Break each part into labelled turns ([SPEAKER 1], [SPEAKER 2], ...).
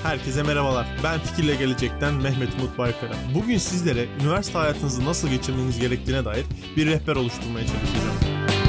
[SPEAKER 1] Herkese merhabalar. Ben Fikirle Gelecek'ten Mehmet Umut Baykara. Bugün sizlere üniversite hayatınızı nasıl geçirmeniz gerektiğine dair bir rehber oluşturmaya çalışacağım.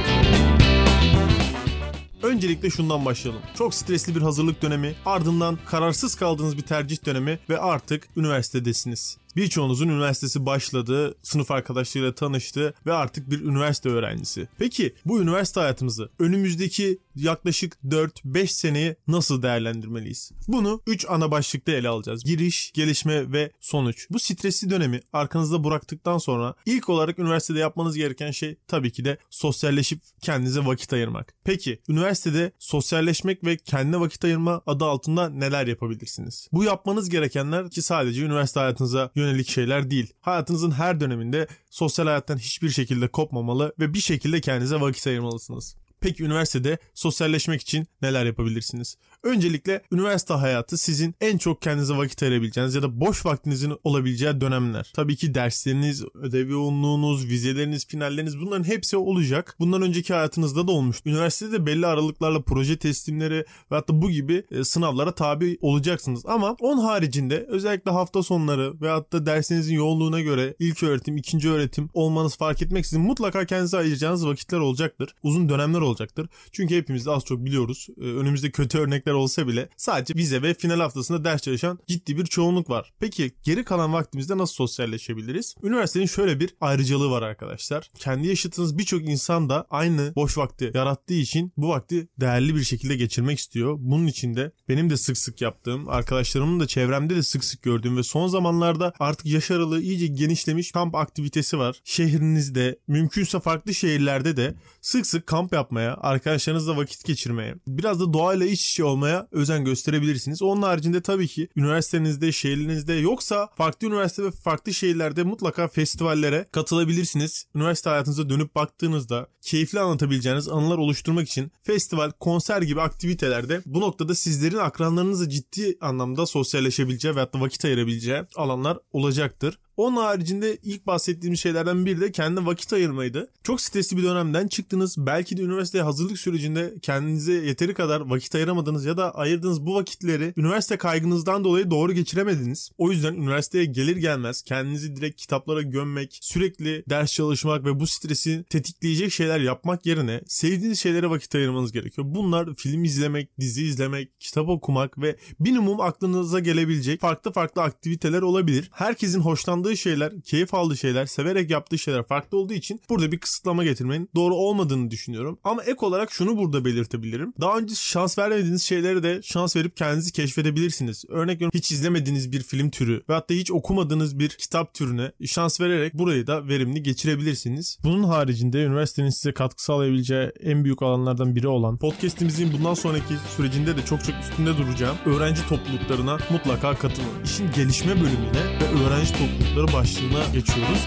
[SPEAKER 1] Öncelikle şundan başlayalım. Çok stresli bir hazırlık dönemi, ardından kararsız kaldığınız bir tercih dönemi ve artık üniversitedesiniz. Birçoğunuzun üniversitesi başladı, sınıf arkadaşlarıyla tanıştı ve artık bir üniversite öğrencisi. Peki bu üniversite hayatımızı önümüzdeki yaklaşık 4-5 seneyi nasıl değerlendirmeliyiz? Bunu 3 ana başlıkta ele alacağız. Giriş, gelişme ve sonuç. Bu stresli dönemi arkanızda bıraktıktan sonra ilk olarak üniversitede yapmanız gereken şey tabii ki de sosyalleşip kendinize vakit ayırmak. Peki üniversitede sosyalleşmek ve kendine vakit ayırma adı altında neler yapabilirsiniz? Bu yapmanız gerekenler ki sadece üniversite hayatınıza yönelik şeyler değil. Hayatınızın her döneminde sosyal hayattan hiçbir şekilde kopmamalı ve bir şekilde kendinize vakit ayırmalısınız. Peki üniversitede sosyalleşmek için neler yapabilirsiniz? Öncelikle üniversite hayatı sizin en çok kendinize vakit ayırabileceğiniz ya da boş vaktinizin olabileceği dönemler. Tabii ki dersleriniz, ödev yoğunluğunuz, vizeleriniz, finalleriniz bunların hepsi olacak. Bundan önceki hayatınızda da olmuş. Üniversitede belli aralıklarla proje teslimleri ve hatta bu gibi sınavlara tabi olacaksınız. Ama onun haricinde özellikle hafta sonları ve hatta dersinizin yoğunluğuna göre ilk öğretim, ikinci öğretim olmanız fark etmeksizin mutlaka kendinize ayıracağınız vakitler olacaktır. Uzun dönemler olacaktır. Çünkü hepimiz de az çok biliyoruz. Önümüzde kötü örnekler olsa bile sadece vize ve final haftasında ders çalışan ciddi bir çoğunluk var. Peki geri kalan vaktimizde nasıl sosyalleşebiliriz? Üniversitenin şöyle bir ayrıcalığı var arkadaşlar. Kendi yaşadığınız birçok insan da aynı boş vakti yarattığı için bu vakti değerli bir şekilde geçirmek istiyor. Bunun için de benim de sık sık yaptığım, arkadaşlarımın da çevremde de sık sık gördüğüm ve son zamanlarda artık yaş aralığı iyice genişlemiş kamp aktivitesi var. Şehrinizde, mümkünse farklı şehirlerde de sık sık kamp yapmaya, arkadaşlarınızla vakit geçirmeye, biraz da doğayla iç içe olmaya özen gösterebilirsiniz. Onun haricinde tabii ki üniversitenizde, şehrinizde yoksa farklı üniversite ve farklı şehirlerde mutlaka festivallere katılabilirsiniz. Üniversite hayatınıza dönüp baktığınızda keyifli anlatabileceğiniz anılar oluşturmak için festival, konser gibi aktivitelerde bu noktada sizlerin akranlarınızla ciddi anlamda sosyalleşebileceği ve hatta vakit ayırabileceği alanlar olacaktır. Onun haricinde ilk bahsettiğim şeylerden biri de kendine vakit ayırmaydı. Çok stresli bir dönemden çıktınız. Belki de üniversiteye hazırlık sürecinde kendinize yeteri kadar vakit ayıramadınız ya da ayırdığınız bu vakitleri üniversite kaygınızdan dolayı doğru geçiremediniz. O yüzden üniversiteye gelir gelmez kendinizi direkt kitaplara gömmek, sürekli ders çalışmak ve bu stresi tetikleyecek şeyler yapmak yerine sevdiğiniz şeylere vakit ayırmanız gerekiyor. Bunlar film izlemek, dizi izlemek, kitap okumak ve minimum aklınıza gelebilecek farklı aktiviteler olabilir. Herkesin hoşlandığı şeyler, keyif aldığı şeyler, severek yaptığı şeyler farklı olduğu için burada bir kısıtlama getirmenin doğru olmadığını düşünüyorum. Ama ek olarak şunu burada belirtebilirim. Daha önce şans vermediğiniz şeylere de şans verip kendinizi keşfedebilirsiniz. Örnek veriyorum, hiç izlemediğiniz bir film türü ve hatta hiç okumadığınız bir kitap türüne şans vererek burayı da verimli geçirebilirsiniz. Bunun haricinde üniversitenin size katkı sağlayabileceği en büyük alanlardan biri olan podcast'imizin bundan sonraki sürecinde de çok üstünde duracağım öğrenci topluluklarına mutlaka katılın. İşin gelişme bölümüne ve öğrenci toplulukları başlığına geçiyoruz.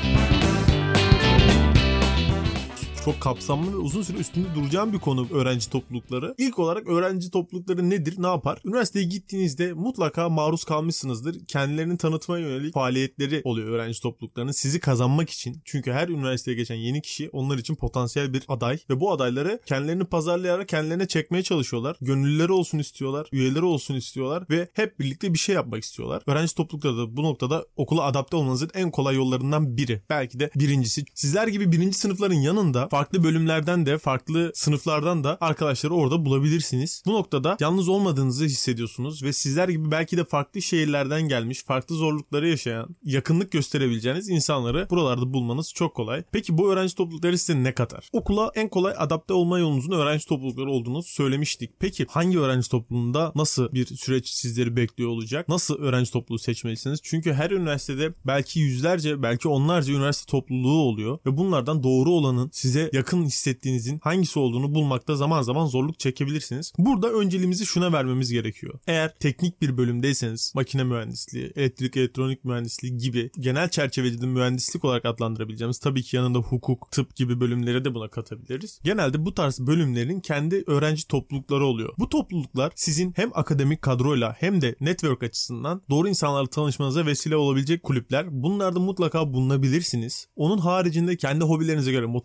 [SPEAKER 1] Çok kapsamlı ve uzun süre üstünde duracağım bir konu öğrenci toplulukları. İlk olarak öğrenci toplulukları nedir, ne yapar? Üniversiteye gittiğinizde mutlaka maruz kalmışsınızdır. Kendilerini tanıtmaya yönelik faaliyetleri oluyor öğrenci topluluklarının sizi kazanmak için. Çünkü her üniversiteye geçen yeni kişi onlar için potansiyel bir aday ve bu adayları kendilerini pazarlayarak kendilerine çekmeye çalışıyorlar. Gönüllüleri olsun istiyorlar, üyeleri olsun istiyorlar ve hep birlikte bir şey yapmak istiyorlar. Öğrenci toplulukları da bu noktada okula adapte olmanızın en kolay yollarından biri. Belki de birincisi. Sizler gibi birinci sınıfların yanında farklı bölümlerden de farklı sınıflardan da arkadaşları orada bulabilirsiniz. Bu noktada yalnız olmadığınızı hissediyorsunuz ve sizler gibi belki de farklı şehirlerden gelmiş, farklı zorlukları yaşayan, yakınlık gösterebileceğiniz insanları buralarda bulmanız çok kolay. Peki bu öğrenci toplulukları size ne katar? Okula en kolay adapte olma yolunuzun öğrenci toplulukları olduğunu söylemiştik. Peki hangi öğrenci topluluğunda nasıl bir süreç sizleri bekliyor olacak? Nasıl öğrenci topluluğu seçmelisiniz? Çünkü her üniversitede belki yüzlerce, belki onlarca üniversite topluluğu oluyor ve bunlardan doğru olanın size yakın hissettiğinizin hangisi olduğunu bulmakta zaman zaman zorluk çekebilirsiniz. Burada önceliğimizi şuna vermemiz gerekiyor. Eğer teknik bir bölümdeyseniz makine mühendisliği, elektrik elektronik mühendisliği gibi genel çerçevede mühendislik olarak adlandırabileceğimiz, tabii ki yanında hukuk, tıp gibi bölümlere de buna katabiliriz. Genelde bu tarz bölümlerin kendi öğrenci toplulukları oluyor. Bu topluluklar sizin hem akademik kadroyla hem de network açısından doğru insanlarla tanışmanıza vesile olabilecek kulüpler. Bunlarda mutlaka bulunabilirsiniz. Onun haricinde kendi hobilerinize göre motosiklet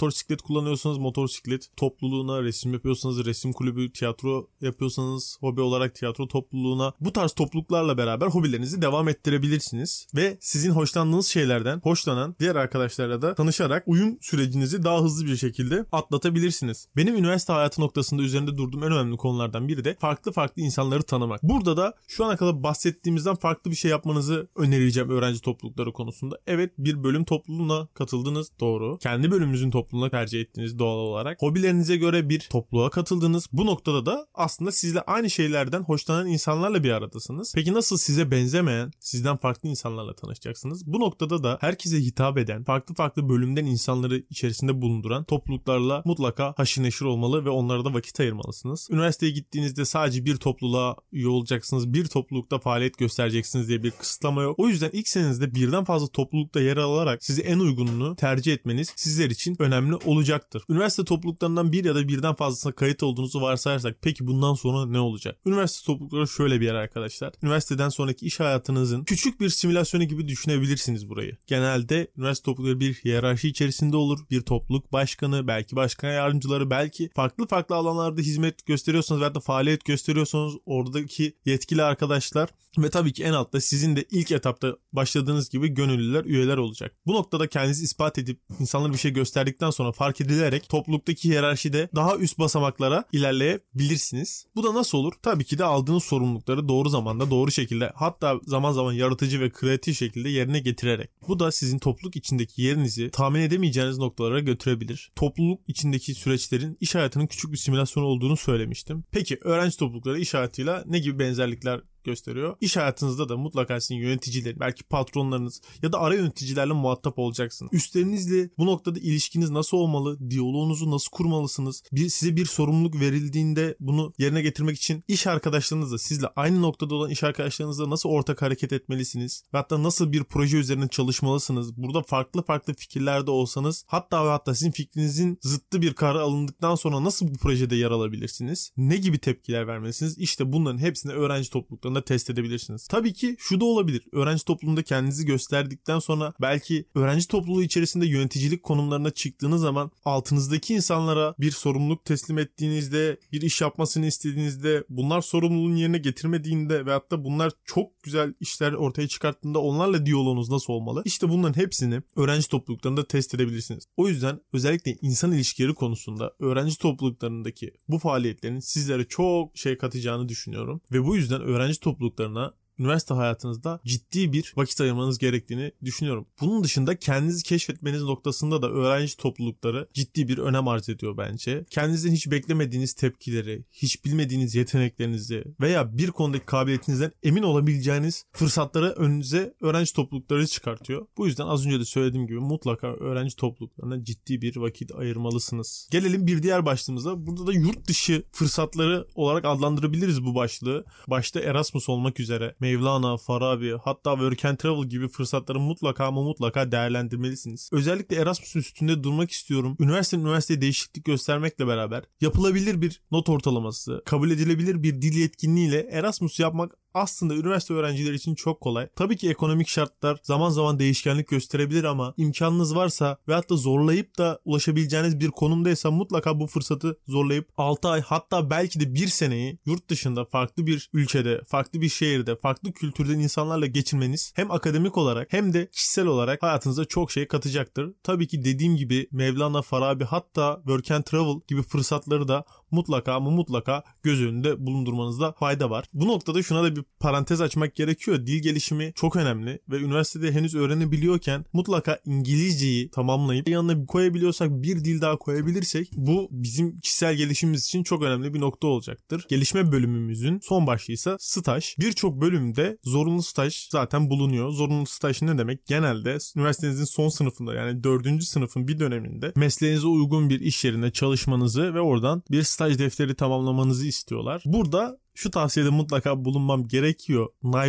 [SPEAKER 1] kullanıyorsanız motosiklet topluluğuna, resim yapıyorsanız resim kulübü, tiyatro yapıyorsanız hobi olarak tiyatro topluluğuna, bu tarz topluluklarla beraber hobilerinizi devam ettirebilirsiniz. Ve sizin hoşlandığınız şeylerden hoşlanan diğer arkadaşlarla da tanışarak uyum sürecinizi daha hızlı bir şekilde atlatabilirsiniz. Benim üniversite hayatı noktasında üzerinde durduğum en önemli konulardan biri de farklı insanları tanımak. Burada da şu ana kadar bahsettiğimizden farklı bir şey yapmanızı önereceğim öğrenci toplulukları konusunda. Evet, bir bölüm topluluğuna katıldınız, doğru. Kendi bölümünüzün topluluğuna tercih ettiniz doğal olarak. Hobilerinize göre bir topluluğa katıldınız. Bu noktada da aslında sizle aynı şeylerden hoşlanan insanlarla bir aradasınız. Peki nasıl size benzemeyen, sizden farklı insanlarla tanışacaksınız? Bu noktada da herkese hitap eden, farklı bölümden insanları içerisinde bulunduran topluluklarla mutlaka haşır neşir olmalı ve onlara da vakit ayırmalısınız. Üniversiteye gittiğinizde sadece bir topluluğa üye olacaksınız, bir toplulukta faaliyet göstereceksiniz diye bir kısıtlama yok. O yüzden ilk senenizde birden fazla toplulukta yer alarak size en uygununu tercih etmeniz sizler için önemli olacaktır. Üniversite topluluklarından bir ya da birden fazlasına kayıt olduğunuzu varsayarsak peki bundan sonra ne olacak? Üniversite toplulukları şöyle bir yer arkadaşlar. Üniversiteden sonraki iş hayatınızın küçük bir simülasyonu gibi düşünebilirsiniz burayı. Genelde üniversite toplulukları bir hiyerarşi içerisinde olur. Bir topluluk başkanı, belki başkan yardımcıları, belki farklı alanlarda hizmet gösteriyorsanız veya da faaliyet gösteriyorsanız oradaki yetkili arkadaşlar ve tabii ki en altta sizin de ilk etapta başladığınız gibi gönüllüler, üyeler olacak. Bu noktada kendinizi ispat edip insanlara bir şey gösterdikten sonra fark edilerek topluluktaki hiyerarşide daha üst basamaklara ilerleyebilirsiniz. Bu da nasıl olur? Tabii ki de aldığınız sorumlulukları doğru zamanda, doğru şekilde, hatta zaman zaman yaratıcı ve kreatif şekilde yerine getirerek. Bu da sizin topluluk içindeki yerinizi tahmin edemeyeceğiniz noktalara götürebilir. Topluluk içindeki süreçlerin iş hayatının küçük bir simülasyonu olduğunu söylemiştim. Peki öğrenci toplulukları iş hayatıyla ne gibi benzerlikler gösteriyor? İş hayatınızda da mutlaka sizin yöneticiler, belki patronlarınız ya da ara yöneticilerle muhatap olacaksınız. Üstlerinizle bu noktada ilişkiniz nasıl olmalı? Diyaloğunuzu nasıl kurmalısınız? Size bir sorumluluk verildiğinde bunu yerine getirmek için iş arkadaşlarınızla, sizle aynı noktada olan iş arkadaşlarınızla nasıl ortak hareket etmelisiniz? Ve hatta nasıl bir proje üzerine çalışmalısınız? Burada farklı fikirlerde olsanız, hatta sizin fikrinizin zıttı bir karar alındıktan sonra nasıl bu projede yer alabilirsiniz? Ne gibi tepkiler vermelisiniz? İşte bunların hepsini öğrenci topluluklarında test edebilirsiniz. Tabii ki şu da olabilir. Öğrenci topluluğunda kendinizi gösterdikten sonra belki öğrenci topluluğu içerisinde yöneticilik konumlarına çıktığınız zaman altınızdaki insanlara bir sorumluluk teslim ettiğinizde, bir iş yapmasını istediğinizde, bunlar sorumluluğun yerine getirmediğinde ve hatta bunlar çok güzel işler ortaya çıkarttığında onlarla diyaloğunuz nasıl olmalı? İşte bunların hepsini öğrenci topluluklarında test edebilirsiniz. O yüzden özellikle insan ilişkileri konusunda öğrenci topluluklarındaki bu faaliyetlerin sizlere çok şey katacağını düşünüyorum. Ve bu yüzden öğrenci topluluklarına üniversite hayatınızda ciddi bir vakit ayırmanız gerektiğini düşünüyorum. Bunun dışında kendinizi keşfetmeniz noktasında da öğrenci toplulukları ciddi bir önem arz ediyor bence. Kendinizden hiç beklemediğiniz tepkileri, hiç bilmediğiniz yeteneklerinizi veya bir konudaki kabiliyetinizden emin olabileceğiniz fırsatları önünüze öğrenci toplulukları çıkartıyor. Bu yüzden az önce de söylediğim gibi mutlaka öğrenci topluluklarına ciddi bir vakit ayırmalısınız. Gelelim bir diğer başlığımıza. Burada da yurt dışı fırsatları olarak adlandırabiliriz bu başlığı. Başta Erasmus olmak üzere Mevlana, Farabi, hatta Work and Travel gibi fırsatları mutlaka değerlendirmelisiniz. Özellikle Erasmus'un üstünde durmak istiyorum. Üniversiteye değişiklik göstermekle beraber yapılabilir bir not ortalaması, kabul edilebilir bir dil yetkinliğiyle Erasmus yapmak aslında üniversite öğrencileri için çok kolay. Tabii ki ekonomik şartlar zaman zaman değişkenlik gösterebilir ama imkanınız varsa ve hatta zorlayıp da ulaşabileceğiniz bir konumdaysa mutlaka bu fırsatı zorlayıp 6 ay hatta belki de 1 seneyi yurt dışında farklı bir ülkede, farklı bir şehirde, farklı kültürden insanlarla geçirmeniz hem akademik olarak hem de kişisel olarak hayatınıza çok şey katacaktır. Tabii ki dediğim gibi Mevlana, Farabi, hatta Work and Travel gibi fırsatları da mutlaka göz önünde bulundurmanızda fayda var. Bu noktada şuna da bir parantez açmak gerekiyor. Dil gelişimi çok önemli ve üniversitede henüz öğrenebiliyorken mutlaka İngilizceyi tamamlayıp yanına koyabiliyorsak bir dil daha koyabilirsek bu bizim kişisel gelişimimiz için çok önemli bir nokta olacaktır. Gelişme bölümümüzün son başlığıysa staj. Birçok bölümde zorunlu staj zaten bulunuyor. Zorunlu staj ne demek? Genelde üniversitenizin son sınıfında yani 4. sınıfın bir döneminde mesleğinize uygun bir iş yerine çalışmanızı ve oradan bir staj defteri tamamlamanızı istiyorlar. Burada şu tavsiyede mutlaka bulunmam gerekiyor. Naylon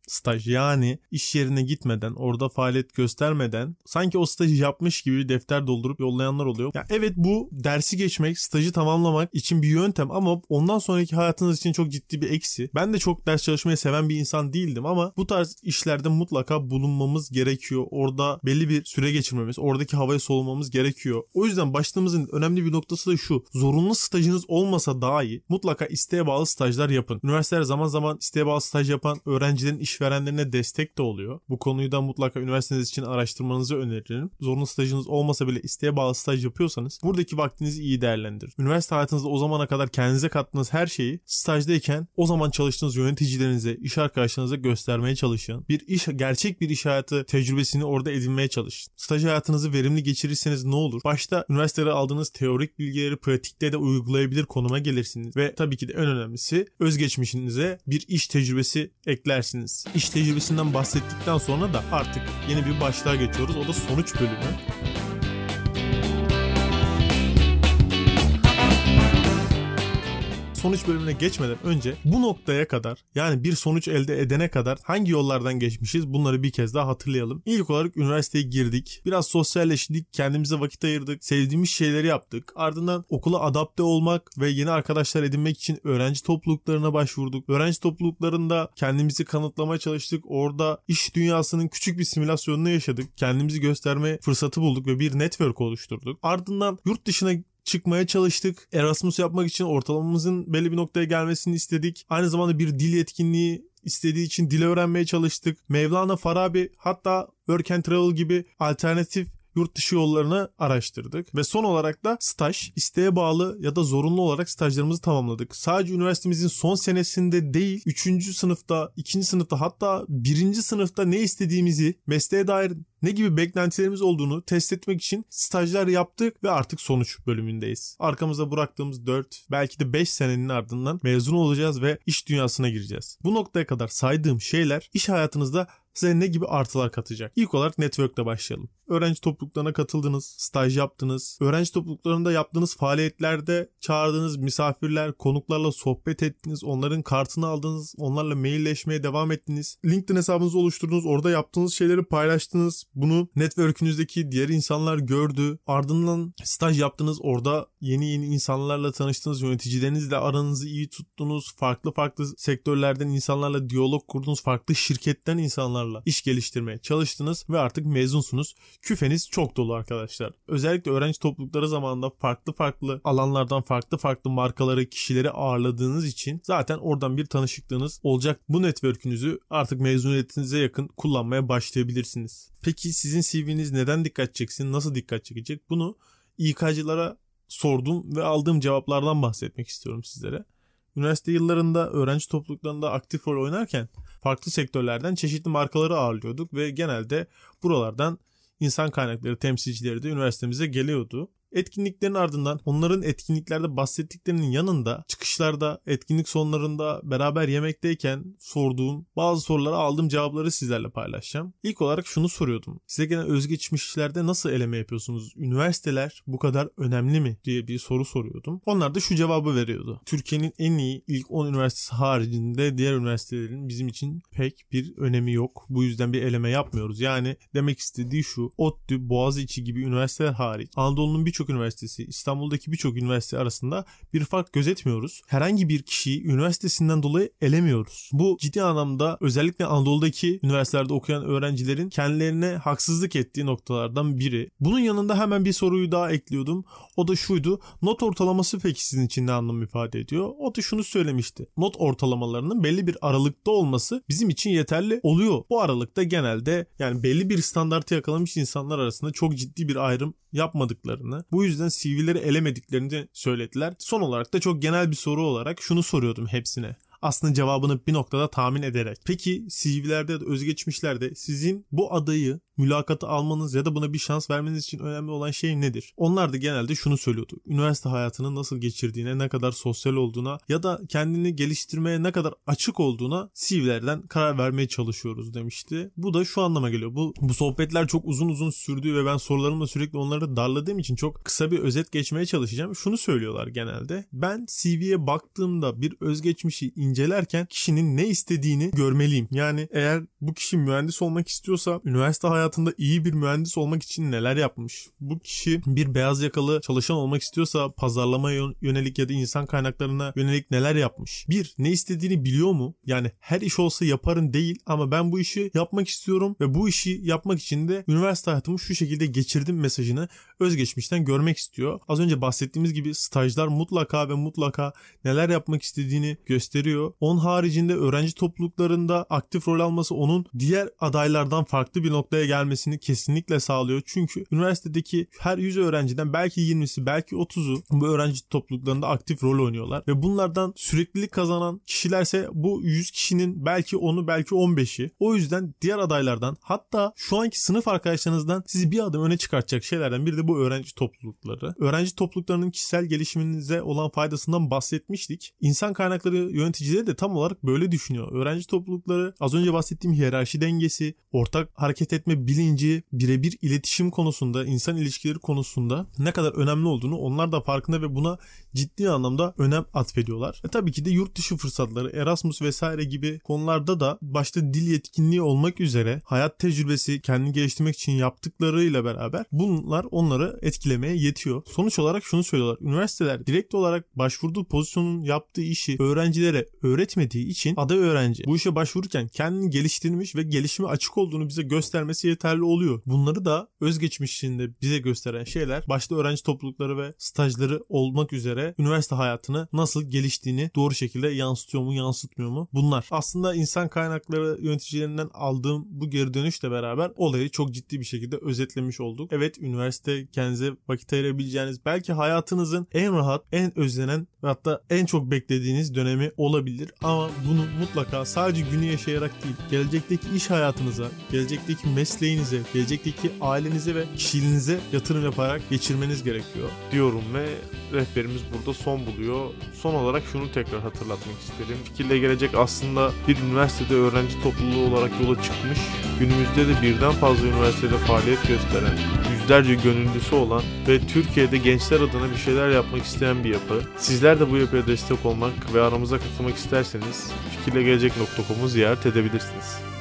[SPEAKER 1] staj. Yani iş yerine gitmeden, orada faaliyet göstermeden sanki o stajı yapmış gibi defter doldurup yollayanlar oluyor. Ya evet, bu dersi geçmek, stajı tamamlamak için bir yöntem ama ondan sonraki hayatınız için çok ciddi bir eksi. Ben de çok ders çalışmayı seven bir insan değildim ama bu tarz işlerde mutlaka bulunmamız gerekiyor. Orada belli bir süre geçirmemiz, oradaki havayı solumamız gerekiyor. O yüzden başlığımızın önemli bir noktası da şu: zorunlu stajınız olmasa dahi mutlaka isteğe bağlı stajlar yapın. Üniversiteler zaman zaman isteğe bağlı staj yapan öğrencilerin işverenlerine destek de oluyor. Bu konuyu da mutlaka üniversiteniz için araştırmanızı öneririm. Zorunlu stajınız olmasa bile isteğe bağlı staj yapıyorsanız buradaki vaktinizi iyi değerlendirin. Üniversite hayatınızda o zamana kadar kendinize kattığınız her şeyi stajdayken o zaman çalıştığınız yöneticilerinize, iş arkadaşlarınıza göstermeye çalışın. Gerçek bir iş hayatı tecrübesini orada edinmeye çalışın. Staj hayatınızı verimli geçirirseniz ne olur? Başta üniversitede aldığınız teorik bilgileri pratikte de uygulayabilir konuma gelirsiniz ve tabii ki de en önemlisi özgeçmişinize bir iş tecrübesi eklersiniz. İş tecrübesinden bahsettikten sonra da artık yeni bir başlığa geçiyoruz. O da sonuç bölümü. Sonuç bölümüne geçmeden önce bu noktaya kadar, yani bir sonuç elde edene kadar hangi yollardan geçmişiz, bunları bir kez daha hatırlayalım. İlk olarak üniversiteye girdik. Biraz sosyalleştik, kendimize vakit ayırdık, sevdiğimiz şeyleri yaptık. Ardından okula adapte olmak ve yeni arkadaşlar edinmek için öğrenci topluluklarına başvurduk. Öğrenci topluluklarında kendimizi kanıtlamaya çalıştık. Orada iş dünyasının küçük bir simülasyonunu yaşadık. Kendimizi gösterme fırsatı bulduk ve bir network oluşturduk. Ardından yurt dışına çıkmaya çalıştık. Erasmus yapmak için ortalamamızın belli bir noktaya gelmesini istedik. Aynı zamanda bir dil yetkinliği istediği için dil öğrenmeye çalıştık. Mevlana, Farabi, hatta Work and Travel gibi alternatif yurt dışı yollarını araştırdık. Ve son olarak da staj, isteğe bağlı ya da zorunlu olarak stajlarımızı tamamladık. Sadece üniversitemizin son senesinde değil, 3. sınıfta, 2. sınıfta, hatta 1. sınıfta ne istediğimizi, mesleğe dair ne gibi beklentilerimiz olduğunu test etmek için stajlar yaptık ve artık sonuç bölümündeyiz. Arkamızda bıraktığımız 4, belki de 5 senenin ardından mezun olacağız ve iş dünyasına gireceğiz. Bu noktaya kadar saydığım şeyler iş hayatınızda size ne gibi artılar katacak? İlk olarak network'le başlayalım. Öğrenci topluluklarına katıldınız, staj yaptınız. Öğrenci topluluklarında yaptığınız faaliyetlerde çağırdığınız misafirler, konuklarla sohbet ettiniz. Onların kartını aldınız, onlarla mailleşmeye devam ettiniz. LinkedIn hesabınızı oluşturdunuz, orada yaptığınız şeyleri paylaştınız. Bunu network'ünüzdeki diğer insanlar gördü. Ardından staj yaptınız, orada yeni insanlarla tanıştınız. Yöneticilerinizle aranızı iyi tuttunuz. Farklı sektörlerden insanlarla diyalog kurdunuz. Farklı şirketten insanlarla iş geliştirmeye çalıştınız ve artık mezunsunuz. Küfeniz çok dolu arkadaşlar. Özellikle öğrenci toplulukları zamanında farklı alanlardan farklı markaları, kişileri ağırladığınız için zaten oradan bir tanışıklığınız olacak. Bu network'ünüzü artık mezuniyetinize yakın kullanmaya başlayabilirsiniz. Peki sizin CV'niz neden dikkat çeksin? Nasıl dikkat çekecek? Bunu İK'cılara sordum ve aldığım cevaplardan bahsetmek istiyorum sizlere. Üniversite yıllarında öğrenci topluluklarında aktif rol oynarken farklı sektörlerden çeşitli markaları ağırlıyorduk ve genelde buralardan İnsan kaynakları temsilcileri de üniversitemize geliyordu. Etkinliklerin ardından onların etkinliklerde bahsettiklerinin yanında çıkışlarda, etkinlik sonlarında beraber yemekteyken sorduğum bazı sorulara aldığım cevapları sizlerle paylaşacağım. İlk olarak şunu soruyordum: size gelen özgeçmişlerde nasıl eleme yapıyorsunuz? Üniversiteler bu kadar önemli mi diye bir soru soruyordum. Onlar da şu cevabı veriyordu: Türkiye'nin en iyi ilk 10 üniversitesi haricinde diğer üniversitelerin bizim için pek bir önemi yok. Bu yüzden bir eleme yapmıyoruz. Yani demek istediği şu: ODTÜ, Boğaziçi gibi üniversiteler hariç Anadolu'nun birçok üniversitesi, İstanbul'daki birçok üniversite arasında bir fark gözetmiyoruz. Herhangi bir kişiyi üniversitesinden dolayı elemiyoruz. Bu ciddi anlamda özellikle Anadolu'daki üniversitelerde okuyan öğrencilerin kendilerine haksızlık ettiği noktalardan biri. Bunun yanında hemen bir soruyu daha ekliyordum. O da şuydu: not ortalaması peki sizin için ne anlam ifade ediyor? O da şunu söylemişti: not ortalamalarının belli bir aralıkta olması bizim için yeterli oluyor. Bu aralıkta genelde, yani belli bir standartı yakalamış insanlar arasında çok ciddi bir ayrım yapmadıklarını, bu yüzden CV'leri elemediklerini söylediler. Son olarak da çok genel bir soru olarak şunu soruyordum hepsine, aslında cevabını bir noktada tahmin ederek: peki CV'lerde ya da özgeçmişlerde sizin bu adayı mülakatı almanız ya da buna bir şans vermeniz için önemli olan şey nedir? Onlar da genelde şunu söylüyordu. Üniversite hayatını nasıl geçirdiğine, ne kadar sosyal olduğuna ya da kendini geliştirmeye ne kadar açık olduğuna CV'lerden karar vermeye çalışıyoruz demişti. Bu da şu anlama geliyor. Bu sohbetler çok uzun sürdü ve ben sorularımla sürekli onları darladığım için çok kısa bir özet geçmeye çalışacağım. Şunu söylüyorlar genelde. Ben CV'ye baktığımda bir özgeçmişi incelerken kişinin ne istediğini görmeliyim. Yani eğer bu kişi mühendis olmak istiyorsa üniversite hayatında iyi bir mühendis olmak için neler yapmış? Bu kişi bir beyaz yakalı çalışan olmak istiyorsa pazarlamaya yönelik ya da insan kaynaklarına yönelik neler yapmış? Bir, ne istediğini biliyor mu? Yani her iş olsa yaparım değil ama ben bu işi yapmak istiyorum ve bu işi yapmak için de üniversite hayatımı şu şekilde geçirdim mesajını özgeçmişten görmek istiyor. Az önce bahsettiğimiz gibi stajlar mutlaka ve mutlaka neler yapmak istediğini gösteriyor. Onun haricinde öğrenci topluluklarında aktif rol alması onun diğer adaylardan farklı bir noktaya gelmesini kesinlikle sağlıyor. Çünkü üniversitedeki her 100 öğrenciden belki 20'si belki 30'u bu öğrenci topluluklarında aktif rol oynuyorlar ve bunlardan süreklilik kazanan kişilerse bu 100 kişinin belki 10'u belki 15'i. O yüzden diğer adaylardan, hatta şu anki sınıf arkadaşlarınızdan sizi bir adım öne çıkartacak şeylerden biri de bu öğrenci toplulukları. Öğrenci topluluklarının kişisel gelişiminize olan faydasından bahsetmiştik. İnsan kaynakları yöneticileri de tam olarak böyle düşünüyor. Öğrenci toplulukları, az önce bahsettiğim hiyerarşi dengesi, ortak hareket etme bilinci, birebir iletişim konusunda, insan ilişkileri konusunda ne kadar önemli olduğunu onlar da farkında ve buna ciddi anlamda önem atfediyorlar. Tabii ki de yurt dışı fırsatları, Erasmus vesaire gibi konularda da başta dil yetkinliği olmak üzere hayat tecrübesi, kendini geliştirmek için yaptıklarıyla beraber bunlar onları etkilemeye yetiyor. Sonuç olarak şunu söylüyorlar. Üniversiteler direkt olarak başvurduğu pozisyonun yaptığı işi öğrencilere öğretmediği için aday öğrenci bu işe başvururken kendini geliştirmiş ve gelişime açık olduğunu bize göstermesi yeterli oluyor. Bunları da özgeçmişinde bize gösteren şeyler başta öğrenci toplulukları ve stajları olmak üzere üniversite hayatını nasıl geliştiğini doğru şekilde yansıtıyor mu yansıtmıyor mu? Bunlar. Aslında insan kaynakları yöneticilerinden aldığım bu geri dönüşle beraber olayı çok ciddi bir şekilde özetlemiş olduk. Evet, üniversite kendinize vakit ayırabileceğiniz, belki hayatınızın en rahat, en özlenen ve hatta en çok beklediğiniz dönemi olabilir. Ama bunu mutlaka sadece günü yaşayarak değil, gelecekteki iş hayatınıza, gelecekteki mesleğinize, gelecekteki ailenize ve kişiliğinize yatırım yaparak geçirmeniz gerekiyor
[SPEAKER 2] diyorum ve rehberimiz burada son buluyor. Son olarak şunu tekrar hatırlatmak isterim. Fikirle Gelecek aslında bir üniversitede öğrenci topluluğu olarak yola çıkmış. Günümüzde de birden fazla üniversitede faaliyet gösteren, yüzlerce gönüllüsü olan ve Türkiye'de gençler adına bir şeyler yapmak isteyen bir yapı. Sizler de bu yapıya destek olmak ve aramıza katılmak isterseniz fikirlegelecek.com'u ziyaret edebilirsiniz.